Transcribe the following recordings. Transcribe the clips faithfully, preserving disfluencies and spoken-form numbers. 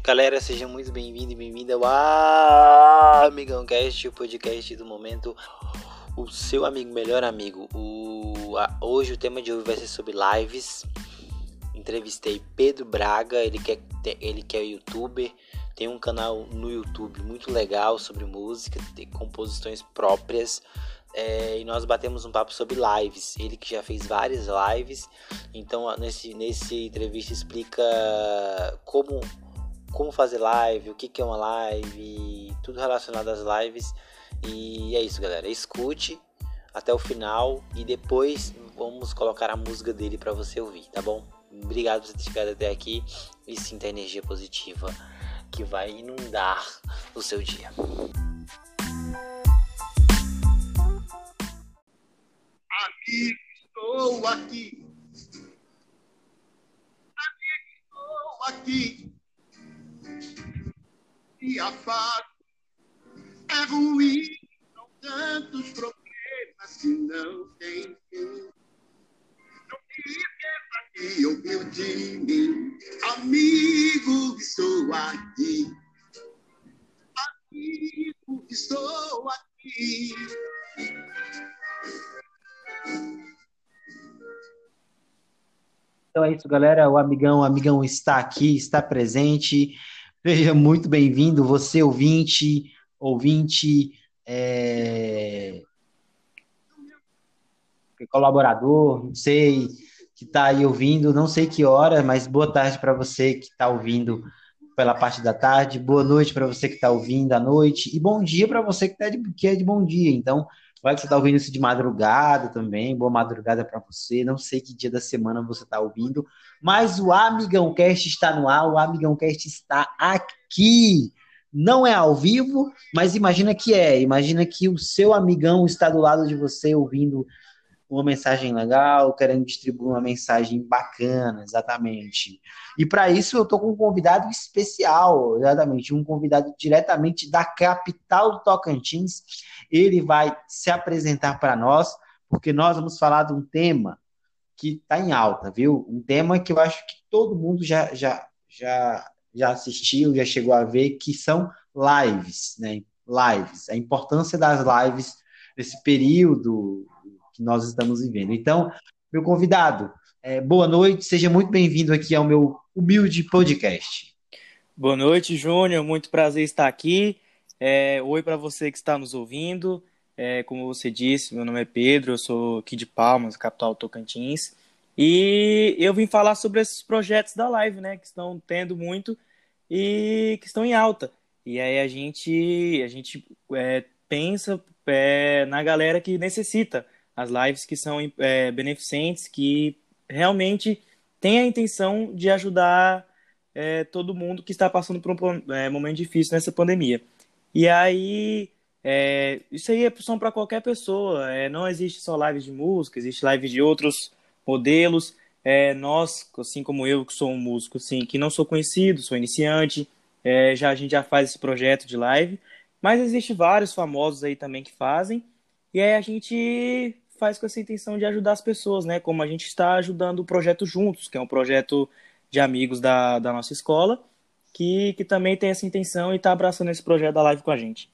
Galera, sejam muito bem-vindos e bem-vindas ao Amigão Cast, o podcast do momento, o seu amigo, melhor amigo. O, a, hoje o tema de hoje vai ser sobre lives. Entrevistei Pedro Braga, ele que, é, ele que é youtuber, tem um canal no YouTube muito legal sobre música, tem composições próprias. É, e nós batemos um papo sobre lives. Ele que já fez várias lives. Então nesse, nesse entrevista explica como, como fazer live, o que, que é uma live, tudo relacionado às lives. E é isso, galera, escute até o final e depois vamos colocar a música dele para você ouvir, tá bom? Obrigado por ter chegado até aqui e sinta a energia positiva que vai inundar o seu dia. Amigo, estou aqui. Amigo, estou aqui. E a fase é ruim, são tantos problemas que não tem fim. Não te esqueça que ouviu de mim. Amigo, estou aqui. Amigo, estou aqui. Então é isso, galera. O amigão, o amigão está aqui, está presente. Seja muito bem-vindo, você ouvinte, ouvinte, é... colaborador, não sei, que está aí ouvindo, não sei que hora, mas boa tarde para você que está ouvindo pela parte da tarde, boa noite para você que está ouvindo à noite, e bom dia para você que, tá de, que é de bom dia. Então, vai que você está ouvindo isso de madrugada também, boa madrugada para você, não sei que dia da semana você está ouvindo, mas o Amigão Cast está no ar, o Amigão Cast está aqui, não é ao vivo, mas imagina que é, imagina que o seu amigão está do lado de você ouvindo uma mensagem legal, querendo distribuir uma mensagem bacana, exatamente. E para isso eu estou com um convidado especial, exatamente, um convidado diretamente da capital do Tocantins. Ele vai se apresentar para nós, porque nós vamos falar de um tema que está em alta, viu? Um tema que eu acho que todo mundo já, já, já, já assistiu, já chegou a ver, que são lives, né? Lives, a importância das lives nesse período que nós estamos vivendo. Então, meu convidado, é, boa noite, seja muito bem-vindo aqui ao meu humilde podcast. Boa noite, Júnior, muito prazer estar aqui. É, oi para você que está nos ouvindo. É, como você disse, meu nome é Pedro, eu sou aqui de Palmas, capital Tocantins, e eu vim falar sobre esses projetos da live, né, que estão tendo muito e que estão em alta. E aí a gente, a gente é, pensa é, na galera que necessita, as lives que são é, beneficentes, que realmente têm a intenção de ajudar é, todo mundo que está passando por um é, momento difícil nessa pandemia. E aí, é, isso aí é opção para qualquer pessoa, é, não existe só lives de música, existe lives de outros modelos. É, nós, assim como eu, que sou um músico, assim, que não sou conhecido, sou iniciante, é, já, a gente já faz esse projeto de live, mas existe vários famosos aí também que fazem, e aí a gente faz com essa intenção de ajudar as pessoas, né? Como a gente está ajudando o Projeto Juntos, que é um projeto de amigos da, da nossa escola, que, que também tem essa intenção e está abraçando esse projeto da live com a gente.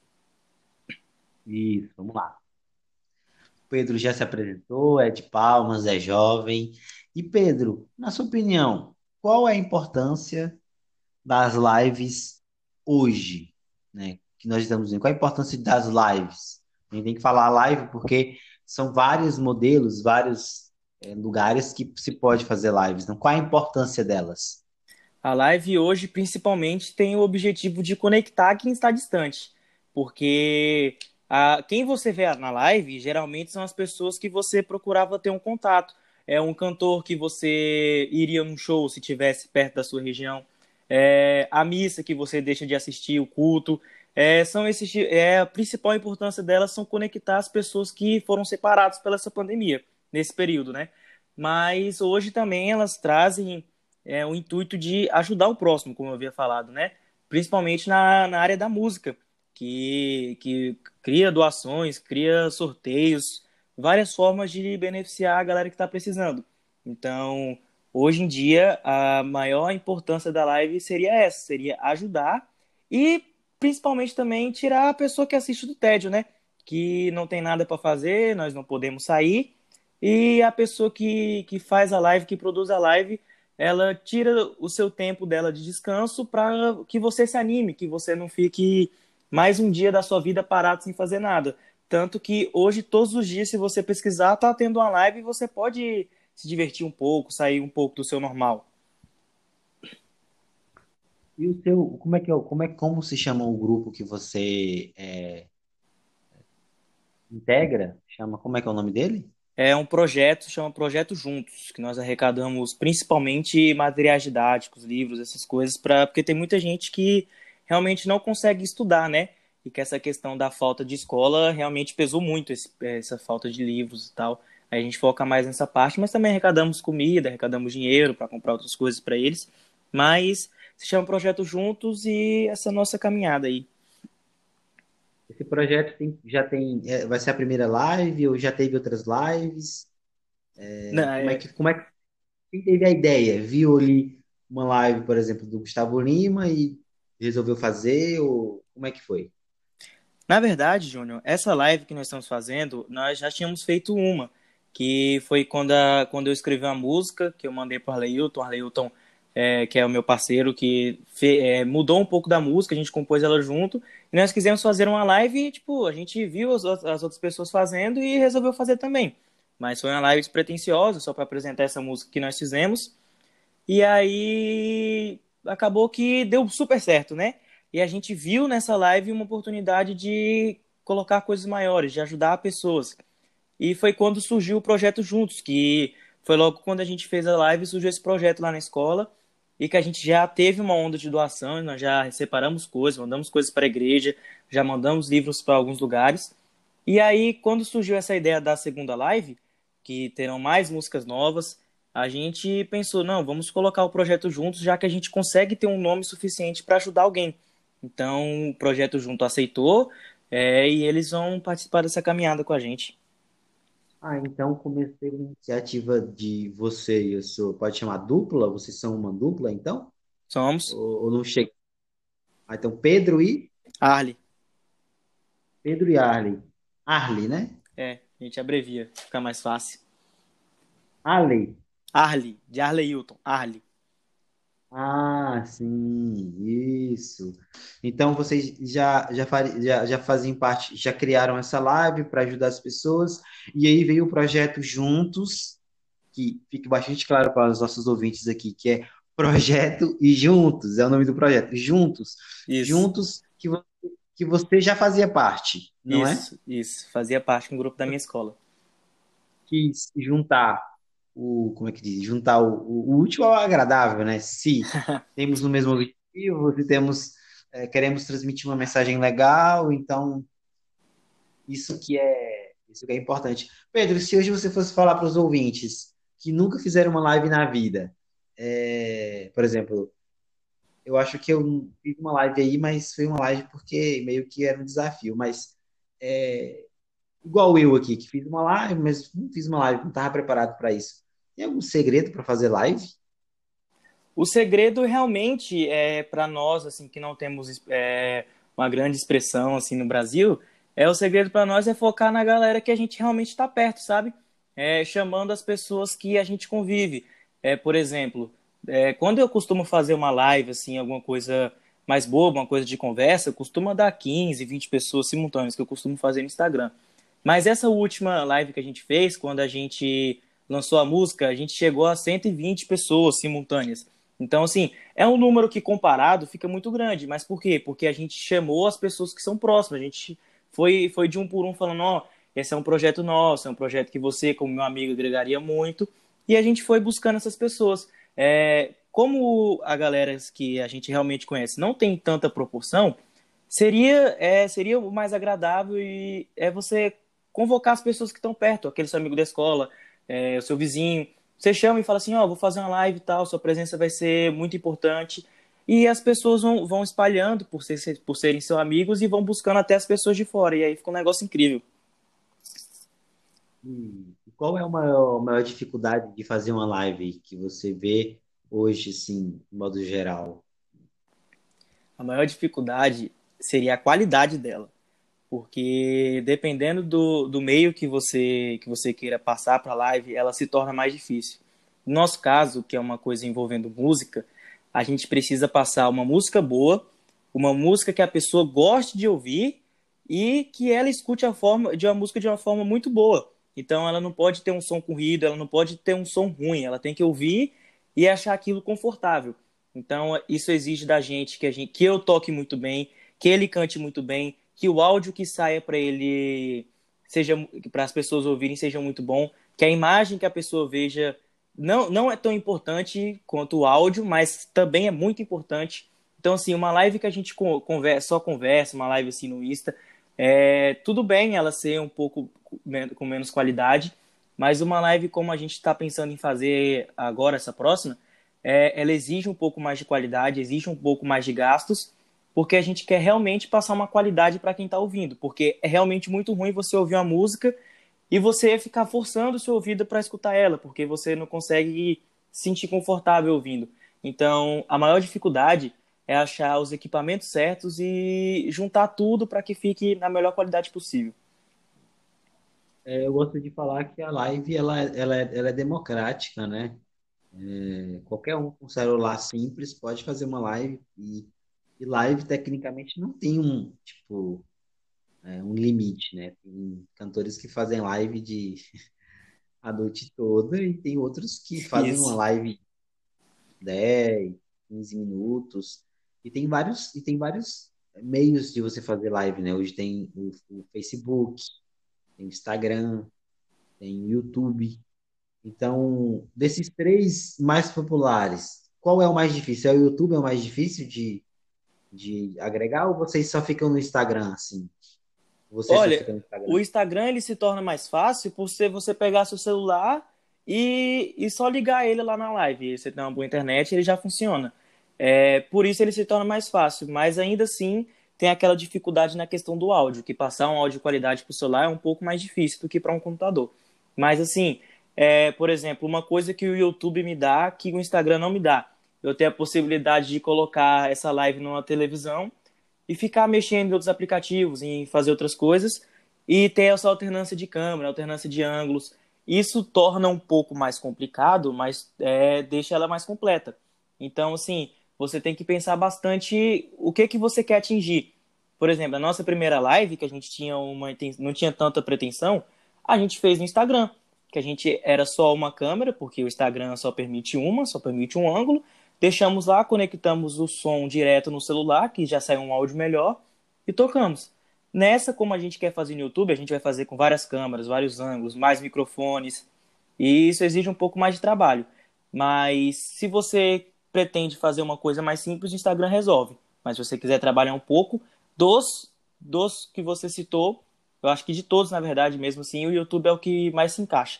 Isso, vamos lá. O Pedro já se apresentou, é de Palmas, é jovem. E Pedro, na sua opinião, qual é a importância das lives hoje, né? Que nós estamos vendo. Qual a importância das lives? A gente tem que falar live porque são vários modelos, vários é, lugares que se pode fazer lives. Então, qual a importância delas? A live hoje, principalmente, tem o objetivo de conectar quem está distante, porque a, quem você vê na live, geralmente são as pessoas que você procurava ter um contato. É um cantor que você iria num show se tivesse perto da sua região, é a missa que você deixa de assistir, o culto. É, são esses, é, a principal importância delas são conectar as pessoas que foram separadas pela essa pandemia, nesse período, né? Mas hoje também elas trazem é, o intuito de ajudar o próximo, como eu havia falado, né? Principalmente na, na área da música, que, que cria doações, cria sorteios, várias formas de beneficiar a galera que está precisando. Então, hoje em dia a maior importância da live seria essa, seria ajudar e principalmente também tirar a pessoa que assiste do tédio, né? Que não tem nada para fazer, nós não podemos sair, e a pessoa que, que faz a live, que produz a live, ela tira o seu tempo dela de descanso para que você se anime, que você não fique mais um dia da sua vida parado sem fazer nada. Tanto que hoje, todos os dias, se você pesquisar, tá tendo uma live e você pode se divertir um pouco, sair um pouco do seu normal. E o seu, como é que é, o- como é, como se chama o grupo que você é, integra? Chama, como é que é o nome dele? É um projeto, chama Projeto Juntos, que nós arrecadamos principalmente materiais didáticos, livros, essas coisas, pra, porque tem muita gente que realmente não consegue estudar, né? E que essa questão da falta de escola realmente pesou muito, esse- essa falta de livros e tal. Aí a gente foca mais nessa parte, mas também arrecadamos comida, arrecadamos dinheiro para comprar outras coisas para eles. Mas se chama Projeto Juntos e essa nossa caminhada aí. Esse projeto tem, já tem, é, vai ser a primeira live ou já teve outras lives? É, Não, como é é, que, como é que, quem teve a ideia? Viu ali uma live, por exemplo, do Gustavo Lima e resolveu fazer ou como é que foi? Na verdade, Júnior, essa live que nós estamos fazendo, nós já tínhamos feito uma, que foi quando, a- quando eu escrevi uma música que eu mandei para o Arleilton, o Arleilton, é, que é o meu parceiro, que fe- é, mudou um pouco da música, a gente compôs ela junto, e nós quisemos fazer uma live e, tipo, a gente viu as, out- as outras pessoas fazendo e resolveu fazer também. Mas foi uma live despretensiosa, só para apresentar essa música que nós fizemos, e aí acabou que deu super certo, né? E a gente viu nessa live uma oportunidade de colocar coisas maiores, de ajudar pessoas. E foi quando surgiu o projeto Juntos, que foi logo quando a gente fez a live, surgiu esse projeto lá na escola, e que a gente já teve uma onda de doação, nós já separamos coisas, mandamos coisas para a igreja, já mandamos livros para alguns lugares. E aí, quando surgiu essa ideia da segunda live, que terão mais músicas novas, a gente pensou, não, vamos colocar o projeto juntos, já que a gente consegue ter um nome suficiente para ajudar alguém. Então, o projeto junto aceitou, é, e eles vão participar dessa caminhada com a gente. Ah, então comecei uma iniciativa de você e eu sou, pode chamar dupla? Vocês são uma dupla, então? Somos Ou, ou não chega? Ah, então Pedro e Arli, Pedro e Arley. Arley, né? é, a gente abrevia, fica mais fácil. Arley. Arli, de Arleilton, Arli. Ah, sim, isso. Então vocês já, já, fa- já, já fazem parte, já criaram essa live para ajudar as pessoas, e aí veio o projeto Juntos, que fique bastante claro para os nossos ouvintes aqui, que é Projeto e Juntos, é o nome do projeto, Juntos. Isso, Juntos que, vo- que você já fazia parte, não é? isso, isso. Fazia parte de um grupo da minha escola. Quis juntar o, como é que diz? Juntar o, o o útil ao agradável, né? Se temos o mesmo objetivo, se temos, eh, queremos transmitir uma mensagem legal, então isso que é, isso que é importante. Pedro, se hoje você fosse falar para os ouvintes que nunca fizeram uma live na vida, eh, por exemplo, eu acho que eu fiz uma live aí, mas foi uma live porque meio que era um desafio, mas é, igual eu aqui, que fiz uma live, mas não fiz uma live, não estava preparado para isso. Tem algum segredo para fazer live? O segredo realmente é para nós assim que não temos é, uma grande expressão assim no Brasil, é o segredo para nós é focar na galera que a gente realmente está perto, sabe? É, chamando as pessoas que a gente convive. É, por exemplo, é, quando eu costumo fazer uma live assim, alguma coisa mais boba, uma coisa de conversa, eu costumo dar quinze, vinte pessoas simultâneas que eu costumo fazer no Instagram. Mas essa última live que a gente fez, quando a gente lançou a música, a gente chegou a cento e vinte pessoas simultâneas. Então, assim, é um número que comparado fica muito grande. Mas por quê? Porque a gente chamou as pessoas que são próximas. A gente foi, foi de um por um falando, ó, oh, esse é um projeto nosso, é um projeto que você, como meu amigo, agregaria muito. E a gente foi buscando essas pessoas. É, como a galera que a gente realmente conhece não tem tanta proporção, seria, é, seria o mais agradável e é você convocar as pessoas que estão perto, aquele seu amigo da escola, é, o seu vizinho. Você chama e fala assim, ó, oh, vou fazer uma live e tal, sua presença vai ser muito importante. E as pessoas vão, vão espalhando por, ser, por serem seus amigos e vão buscando até as pessoas de fora. E aí fica um negócio incrível. E qual é a maior, maior dificuldade de fazer uma live que você vê hoje, assim, de modo geral? A maior dificuldade seria a qualidade dela, porque dependendo do, do meio que você, que você queira passar para a live, ela se torna mais difícil. No nosso caso, que é uma coisa envolvendo música, a gente precisa passar uma música boa, uma música que a pessoa goste de ouvir e que ela escute a forma de uma música de uma forma muito boa. Então ela não pode ter um som corrido, ela não pode ter um som ruim, ela tem que ouvir e achar aquilo confortável. Então isso exige da gente que a gente que eu toque muito bem, que ele cante muito bem, que o áudio que saia para ele seja para as pessoas ouvirem seja muito bom, que a imagem que a pessoa veja não, não é tão importante quanto o áudio, mas também é muito importante. Então, assim, uma live que a gente conversa, só conversa, uma live assim no Insta, é, tudo bem ela ser um pouco com menos qualidade, mas uma live como a gente está pensando em fazer agora, essa próxima, é, ela exige um pouco mais de qualidade, exige um pouco mais de gastos, porque a gente quer realmente passar uma qualidade para quem está ouvindo, porque é realmente muito ruim você ouvir uma música e você ficar forçando o seu ouvido para escutar ela, porque você não consegue se sentir confortável ouvindo. Então, a maior dificuldade é achar os equipamentos certos e juntar tudo para que fique na melhor qualidade possível. É, eu gosto de falar que a live ela, ela, é, ela é democrática, né? É, qualquer um com celular simples pode fazer uma live e, e live tecnicamente não tem um tipo é, um limite, né? Tem cantores que fazem live de a noite toda e tem outros que fazem uma Isso. live dez, quinze minutos. E tem vários, e tem vários meios de você fazer live, né? Hoje tem o, o Facebook, tem o Instagram, tem o YouTube. Então, desses três mais populares, qual é o mais difícil? É o YouTube é o mais difícil de, de agregar ou vocês só ficam no Instagram, assim? Você só Olha, fica no Instagram? o Instagram ele se torna mais fácil por se você pegar seu celular e, e só ligar ele lá na live. Você tem uma boa internet, ele já funciona. É, por isso ele se torna mais fácil, mas ainda assim tem aquela dificuldade na questão do áudio, que passar um áudio de qualidade para o celular é um pouco mais difícil do que para um computador. Mas assim, é, por exemplo, uma coisa que o YouTube me dá que o Instagram não me dá. Eu tenho a possibilidade de colocar essa live numa televisão e ficar mexendo em outros aplicativos, em fazer outras coisas, e ter essa alternância de câmera, alternância de ângulos. Isso torna um pouco mais complicado, mas é, deixa ela mais completa. Então, assim, você tem que pensar bastante o que, que você quer atingir. Por exemplo, a nossa primeira live, que a gente tinha uma, não tinha tanta pretensão, a gente fez no Instagram, que a gente era só uma câmera, porque o Instagram só permite uma, só permite um ângulo, deixamos lá, conectamos o som direto no celular, que já sai um áudio melhor, e tocamos. Nessa, como a gente quer fazer no YouTube, a gente vai fazer com várias câmeras, vários ângulos, mais microfones, e isso exige um pouco mais de trabalho. Mas se você pretende fazer uma coisa mais simples, o Instagram resolve. Mas se você quiser trabalhar um pouco, dos, dos que você citou, eu acho que de todos, na verdade, mesmo assim, o YouTube é o que mais se encaixa.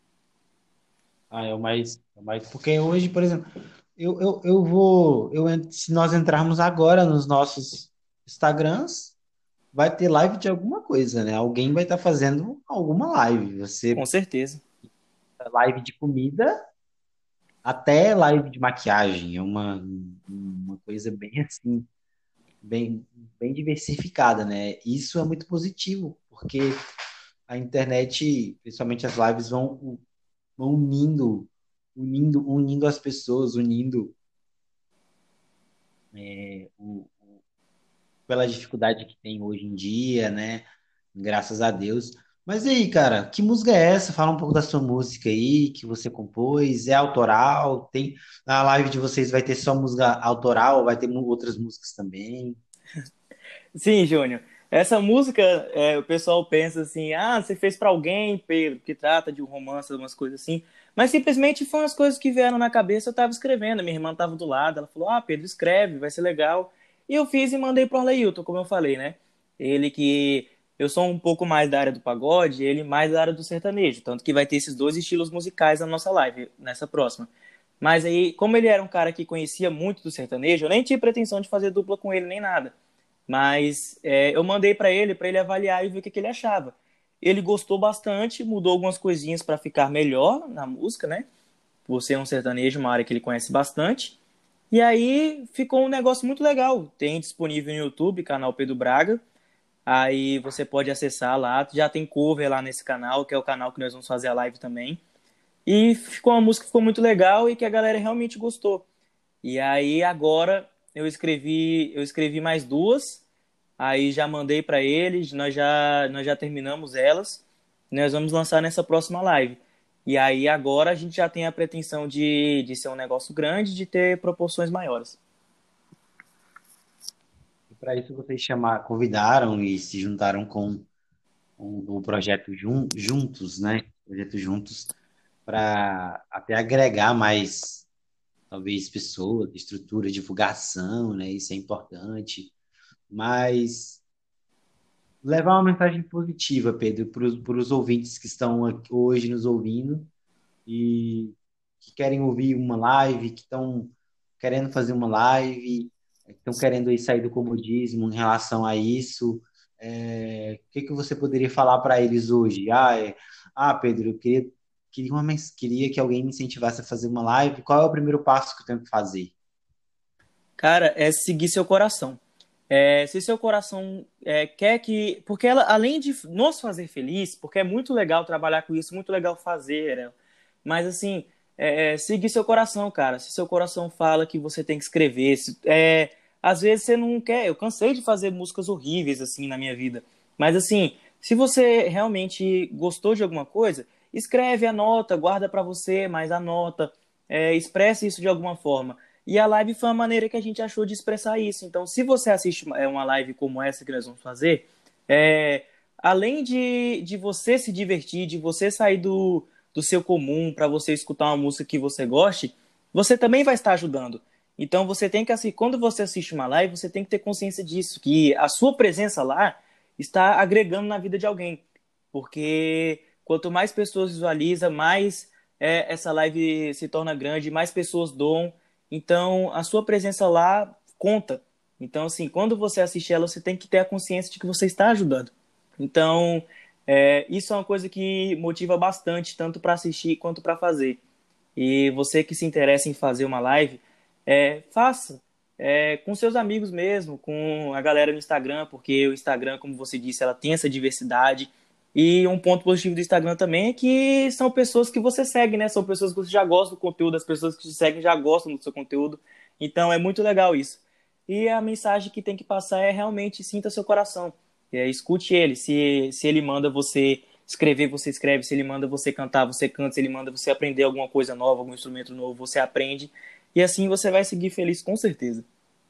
Ah, é o mais, é o mais. Porque hoje, por exemplo, eu, eu, eu vou. Eu, en- se nós entrarmos agora nos nossos Instagrams, vai ter live de alguma coisa, né? Alguém vai estar fazendo alguma live. Com Você, certeza. live de comida até live de maquiagem. É uma, uma coisa bem assim, bem, bem diversificada, né? Isso é muito positivo, porque a internet, principalmente as lives, vão, vão unindo, unindo, unindo as pessoas, unindo é, o, pela dificuldade que tem hoje em dia, né? Graças a Deus. Mas e aí, cara, que música é essa? Fala um pouco da sua música aí, que você compôs. É autoral? Tem na live de vocês vai ter só música autoral ou vai ter mu- outras músicas também? Sim, Júnior. Essa música, é, o pessoal pensa assim, ah, você fez pra alguém, Pedro, que trata de um romance, umas coisas assim. Mas simplesmente foram as coisas que vieram na cabeça, eu tava escrevendo, minha irmã tava do lado, ela falou, ah, Pedro, escreve, vai ser legal. E eu fiz e mandei pro Arleilton, como eu falei, né? Ele que... Eu sou um pouco mais da área do pagode, ele mais da área do sertanejo. Tanto que vai ter esses dois estilos musicais na nossa live, nessa próxima. Mas aí, como ele era um cara que conhecia muito do sertanejo, eu nem tinha pretensão de fazer dupla com ele, nem nada. Mas é, eu mandei para ele, para ele avaliar e ver o que, que ele achava. ele gostou bastante, mudou algumas coisinhas para ficar melhor na música, né? Por ser um sertanejo, uma área que ele conhece bastante. E aí ficou um negócio muito legal. Tem disponível no YouTube, canal Pedro Braga. Aí você pode acessar lá. Já tem cover lá nesse canal, que é o canal que nós vamos fazer a live também. E ficou uma música que ficou muito legal e que a galera realmente gostou. E aí agora eu escrevi, eu escrevi mais duas. Aí já mandei para eles, nós já, nós já terminamos elas. Nós vamos lançar nessa próxima live. E aí agora a gente já tem a pretensão de, de ser um negócio grande, de ter proporções maiores. E para isso vocês chamar, convidaram e se juntaram com o, o projeto jun, Juntos, né? Projeto Juntos, para até agregar mais, talvez, pessoas, estrutura, divulgação, né? Isso é importante. Mas levar uma mensagem positiva, Pedro, para os ouvintes que estão aqui hoje nos ouvindo e que querem ouvir uma live, que estão querendo fazer uma live, que estão querendo aí sair do comodismo em relação a isso. É, o que que você poderia falar para eles hoje? Ah, é, ah, Pedro, eu queria, queria, uma, mens- queria que alguém me incentivasse a fazer uma live. Qual é o primeiro passo que eu tenho que fazer? Cara, é seguir seu coração. É, se seu coração é, quer que. Porque ela, além de nos fazer feliz, porque é muito legal trabalhar com isso, muito legal fazer, né? Mas assim, é, seguir seu coração, cara. Se seu coração fala que você tem que escrever, se- é, às vezes você não quer. Eu cansei de fazer músicas horríveis assim na minha vida. Mas assim, se você realmente gostou de alguma coisa, escreve, anota, guarda pra você, mas anota, é, expresse isso de alguma forma. E a live foi uma maneira que a gente achou de expressar isso. Então, se você assiste uma é, uma live como essa que nós vamos fazer, é, além de, de você se divertir, de você sair do, do seu comum para você escutar uma música que você goste, você também vai estar ajudando. Então, você tem que, assim, quando você assiste uma live, você tem que ter consciência disso, que a sua presença lá está agregando na vida de alguém. Porque quanto mais pessoas visualizam, mais é, essa live se torna grande, mais pessoas doam. Então, a sua presença lá conta. Então, assim, quando você assiste ela, você tem que ter a consciência de que você está ajudando. Então, é, isso é uma coisa que motiva bastante, tanto para assistir quanto para fazer. E você que se interessa em fazer uma live, é, faça. É, com seus amigos mesmo, com a galera no Instagram, porque o Instagram, como você disse, ela tem essa diversidade. E um ponto positivo do Instagram também é que são pessoas que você segue, né? São pessoas que você já gosta do conteúdo, as pessoas que te seguem já gostam do seu conteúdo. Então é muito legal isso. E a mensagem que tem que passar é realmente sinta seu coração. É, escute ele. Se, se ele manda você escrever, você escreve. Se ele manda você cantar, você canta. Se ele manda você aprender alguma coisa nova, algum instrumento novo, você aprende. E assim você vai seguir feliz com certeza.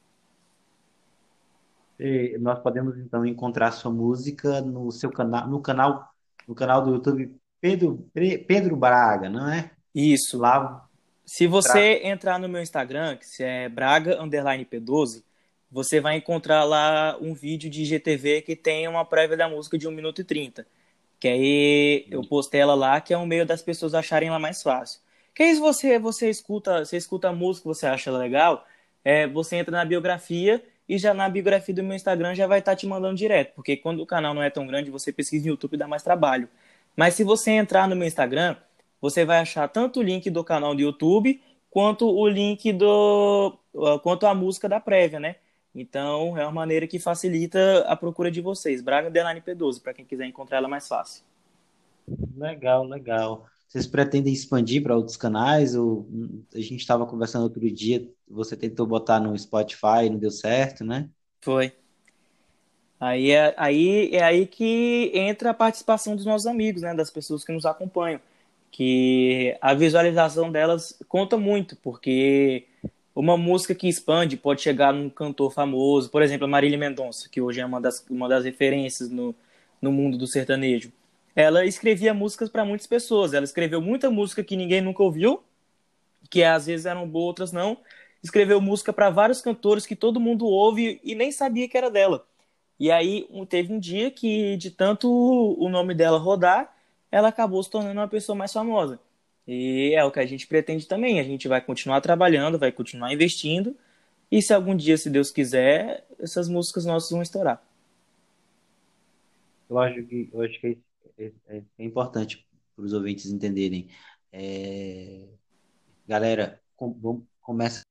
E nós podemos então encontrar sua música no seu canal, no canal, no canal do YouTube Pedro, Pedro Braga, não é? Isso. Lá Se pra... você entrar no meu Instagram, que é Braga underline P doze, você vai encontrar lá um vídeo de G T V que tem uma prévia da música de um minuto e trinta. Que aí eu postei ela lá, que é um meio das pessoas acharem ela mais fácil. Que aí se você, você escuta, você escuta a música, você acha ela legal, é, você entra na biografia e já na biografia do meu Instagram já vai estar te mandando direto. Porque quando o canal não é tão grande, você pesquisa no YouTube e dá mais trabalho. Mas se você entrar no meu Instagram, você vai achar tanto o link do canal do YouTube quanto o link do quanto a música da prévia, né? Então é uma maneira que facilita a procura de vocês. Braga Underline P doze, para quem quiser encontrar ela mais fácil. Legal, legal. Vocês pretendem expandir para outros canais? Ou hum, a gente estava conversando outro dia, você tentou botar no Spotify, não deu certo, né? Foi. Aí é, aí é aí que entra a participação dos nossos amigos, né? Das pessoas que nos acompanham. Que a visualização delas conta muito, porque uma música que expande pode chegar num cantor famoso, por exemplo, a Marília Mendonça, que hoje é uma das, uma das referências no, no mundo do sertanejo. Ela escrevia músicas para muitas pessoas, ela escreveu muita música que ninguém nunca ouviu, que às vezes eram boas, outras não. Escreveu música para vários cantores que todo mundo ouve e nem sabia que era dela. E aí teve um dia que, de tanto o nome dela rodar, ela acabou se tornando uma pessoa mais famosa. E é o que a gente pretende também. A gente vai continuar trabalhando, vai continuar investindo. E se algum dia, se Deus quiser, essas músicas nossas vão estourar. Eu acho que, eu acho que é, é- é importante para os ouvintes entenderem. É, galera, com- vamos- começa,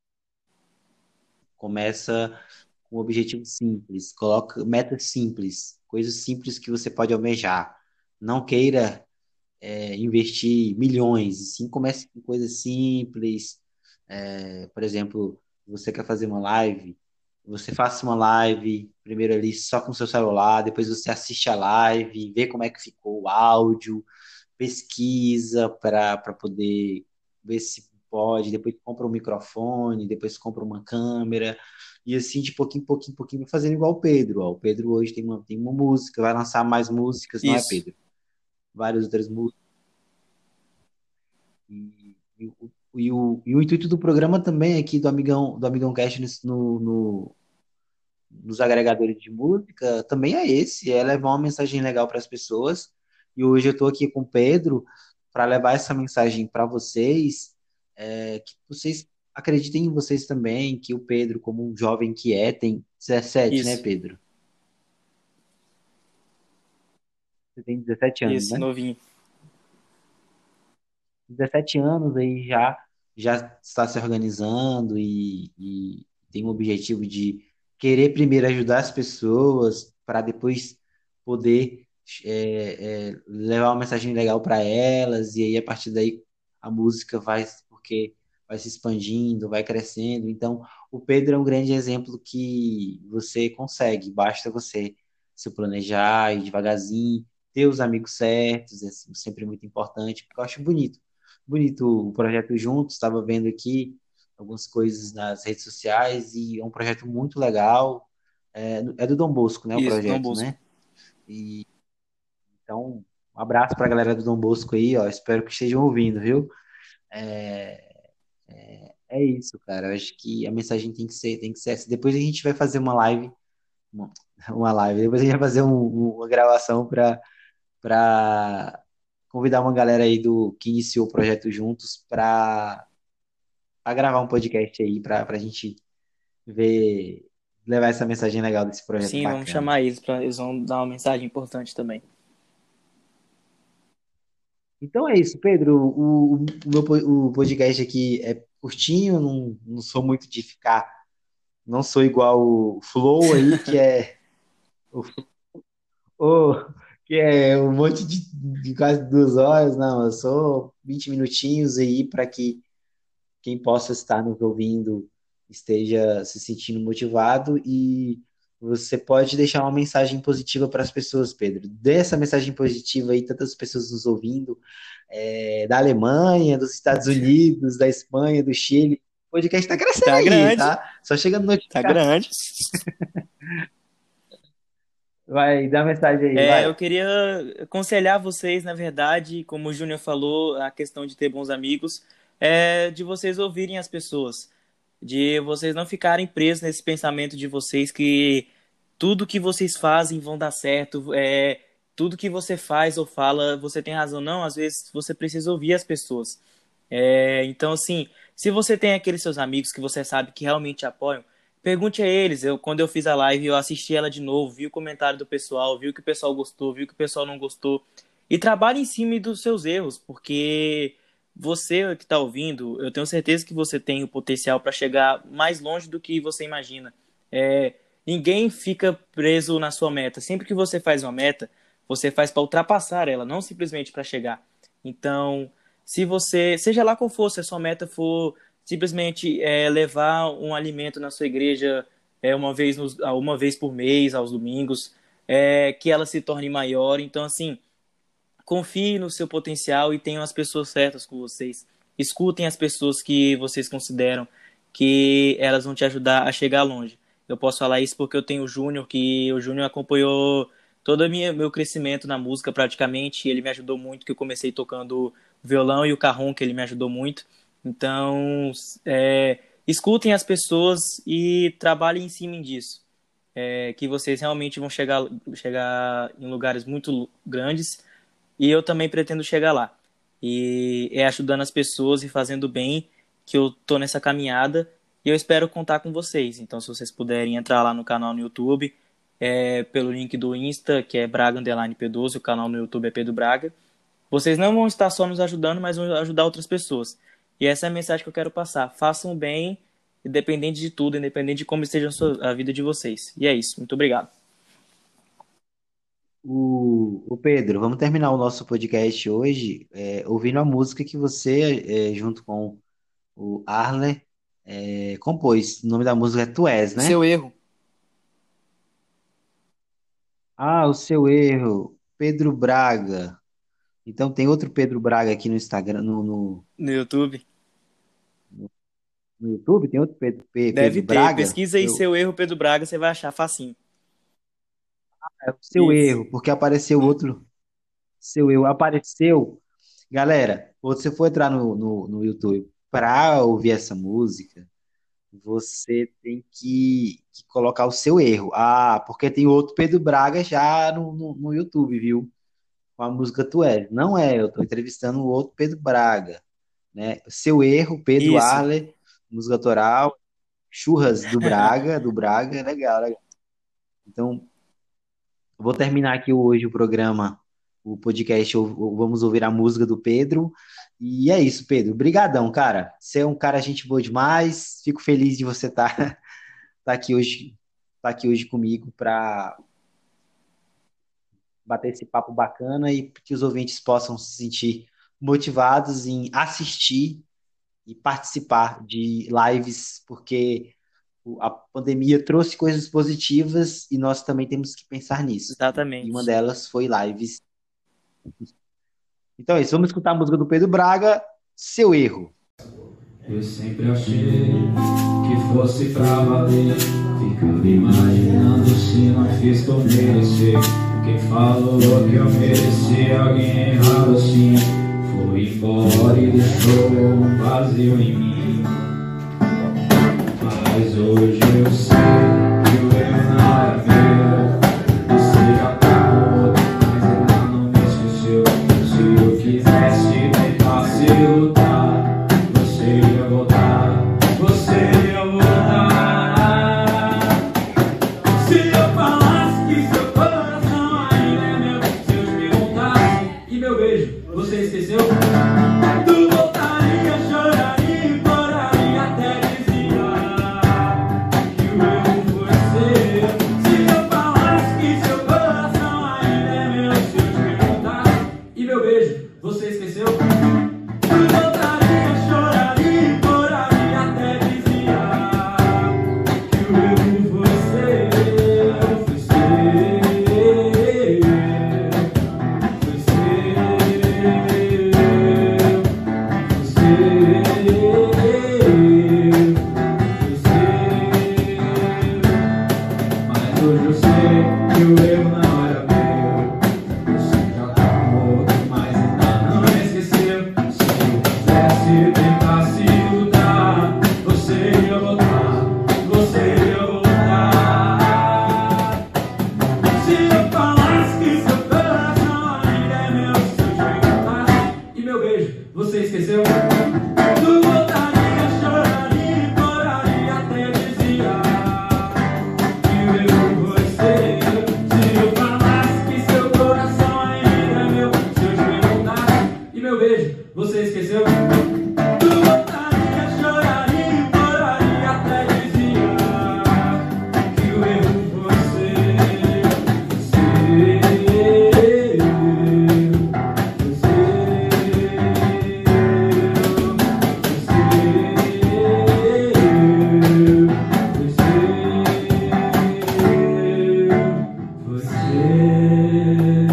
começa com um objetivo simples, coloca metas simples, coisas simples que você pode almejar. Não queira é, investir milhões, e sim comece com coisas simples. É, por exemplo, você quer fazer uma live, você faça uma live primeiro ali só com o seu celular, depois você assiste a live, vê como é que ficou o áudio, pesquisa para para poder ver se pode, depois compra um microfone, depois compra uma câmera, e assim de pouquinho em pouquinho, em pouquinho, vai fazendo igual o Pedro. Ó. O Pedro hoje tem uma, tem uma música, vai lançar mais músicas, não é, Isso, Pedro? Várias outras músicas. E, e, o, e, o, e o intuito do programa também aqui do Amigão, do Amigão Cast no, no, nos agregadores de música também é esse, é levar uma mensagem legal para as pessoas. E hoje eu estou aqui com o Pedro para levar essa mensagem para vocês, é, que vocês acreditem em vocês também, que o Pedro, como um jovem que é, tem dezessete, né, isso, Pedro? Você tem dezessete anos, isso, né? novinho. dezessete anos aí já já está se organizando e, e tem o objetivo de querer primeiro ajudar as pessoas para depois poder é, é, levar uma mensagem legal para elas e aí a partir daí a música vai porque vai se expandindo, vai crescendo. Então, o Pedro é um grande exemplo que você consegue, basta você se planejar e devagarzinho, ter os amigos certos, é sempre muito importante, porque eu acho bonito bonito o projeto juntos, estava vendo aqui algumas coisas nas redes sociais e é um projeto muito legal. É, é do Dom Bosco, né, o Isso, Dom projeto, Bosco. né? E então, um abraço para a galera do Dom Bosco aí, ó. Espero que estejam ouvindo, viu? É, é isso, cara. Eu acho que a mensagem tem que ser, tem que ser essa. Depois a gente vai fazer uma live, uma, uma live. Depois a gente vai fazer um- um- uma gravação para para convidar uma galera aí do que iniciou o projeto juntos para para gravar um podcast aí, para a gente ver, levar essa mensagem legal desse projeto Sim, vamos bacana. chamar eles para eles vão dar uma mensagem importante também. Então é isso, Pedro. O, o, meu po- o podcast aqui é curtinho, não, não sou muito de ficar, não sou igual o Flow aí, que é o, o- que é um monte de, de quase duas horas, não, eu sou vinte minutinhos aí para que quem possa estar nos ouvindo esteja se sentindo motivado e você pode deixar uma mensagem positiva para as pessoas, Pedro. Dê essa mensagem positiva aí, tantas pessoas nos ouvindo, é, da Alemanha, dos Estados Unidos, da Espanha, do Chile. O podcast está crescendo Tá aí, grande, tá? Só chegando tá notificação. grande. Vai, dá mensagem aí, É, eu vai. queria aconselhar vocês, na verdade, como o Júnior falou, a questão de ter bons amigos, é de vocês ouvirem as pessoas, de vocês não ficarem presos nesse pensamento de vocês que tudo que vocês fazem vão dar certo, é, tudo que você faz ou fala, você tem razão. Não, às vezes você precisa ouvir as pessoas. É, então, assim, se você tem aqueles seus amigos que você sabe que realmente te apoiam, pergunte a eles. Eu, quando eu fiz a live, eu assisti ela de novo, vi o comentário do pessoal, vi o que o pessoal gostou, vi o que o pessoal não gostou. E trabalhe em cima dos seus erros, porque você que está ouvindo, eu tenho certeza que você tem o potencial para chegar mais longe do que você imagina. É, ninguém fica preso na sua meta. Sempre que você faz uma meta, você faz para ultrapassar ela, não simplesmente para chegar. Então, se você, seja lá qual for, se a sua meta for simplesmente é, levar um alimento na sua igreja é, uma, vez nos, uma vez por mês, aos domingos, é, que ela se torne maior. Então, assim, confie no seu potencial e tenham as pessoas certas com vocês. Escutem as pessoas que vocês consideram que elas vão te ajudar a chegar longe. Eu posso falar isso porque eu tenho o Júnior, que o Júnior acompanhou todo o meu crescimento na música praticamente. Ele me ajudou muito, que eu comecei tocando violão e o carrom, que ele me ajudou muito. Então, é, escutem as pessoas e trabalhem em cima disso. É, que vocês realmente vão chegar, chegar em lugares muito grandes e eu também pretendo chegar lá. E é ajudando as pessoas e fazendo bem que eu tô nessa caminhada e eu espero contar com vocês. Então, se vocês puderem entrar lá no canal no YouTube, é, pelo link do Insta, que é Braga Underline P doze, o canal no YouTube é Pedro Braga. Vocês não vão estar só nos ajudando, mas vão ajudar outras pessoas. E essa é a mensagem que eu quero passar. Façam o bem, independente de tudo, independente de como esteja a, sua, a vida de vocês. E é isso. Muito obrigado. O, o Pedro, vamos terminar o nosso podcast hoje é, ouvindo a música que você, é, junto com o Arlen, é, compôs. O nome da música é Tu És, né? Seu erro. Ah, o seu erro, Pedro Braga. Então tem outro Pedro Braga aqui no Instagram, no, no, No YouTube. no YouTube, tem outro Pedro, Pe- Deve Pedro ter. Braga. Pesquisa aí Eu, seu erro, Pedro Braga, você vai achar facinho. é o seu Isso. erro, porque apareceu outro seu erro. Apareceu. Galera, quando você for entrar no, no, no YouTube para ouvir essa música, você tem que, que colocar o seu erro. Ah, porque tem outro Pedro Braga já no, no, no YouTube, viu? Com a música Tu És. Não é, eu tô entrevistando o outro Pedro Braga, né? Seu erro, Pedro Isso. Arler, música autoral, Churras do Braga, do Braga, legal, legal. Então, eu vou terminar aqui hoje o programa, o podcast, ou- ou vamos ouvir a música do Pedro. E é isso, Pedro. Brigadão, cara. Você é um cara gente boa demais. Fico feliz de você estar tá aqui hoje, tá aqui hoje comigo para bater esse papo bacana e que os ouvintes possam se sentir motivados em assistir e participar de lives, porque o- a pandemia trouxe coisas positivas e nós também temos que pensar nisso. E uma Exatamente. delas foi lives. Então é isso, vamos escutar a música do Pedro Braga, Seu Erro. Eu sempre achei que fosse pra valer. Ficava imaginando se não fiz por merecer. Quem falou que eu mereci alguém errado assim foi embora e deixou um vazio em mim. Mas hoje eu sei que o erro não é meu. Você já tá morto, mas ainda não me esqueceu. Se eu quisesse tentasse lutar, você ia voltar, você ia voltar. Se eu falasse que seu coração ainda é meu, se eu te perguntasse e meu beijo você esqueceu, tu voltaria, choraria, imploraria, até dizia que o erro foi seu. Se eu falasse que seu coração ainda é meu, se eu te perguntasse e meu beijo você esqueceu, tu voltaria, choraria, imploraria, até dizia que o erro foi seu, foi seu, foi seu, mas hoje eu sei que o erro não era meu. Você já tá morto, mas ainda não esqueceu. Se eu quisesse tentasse lutar, você ia voltar, você ia voltar. Se eu falasse que seu coração ainda é meu, se eu te perguntasse e meu beijo você esqueceu, tu voltaria, choraria, imploraria, até dizia que o erro foi seu. Se eu falasse que seu coração ainda é meu, se eu te perguntasse e meu beijo você esqueceu, tu voltaria, choraria, imploraria, até dizia que o erro foi seu, foi seu, foi seu, foi seu, foi seu.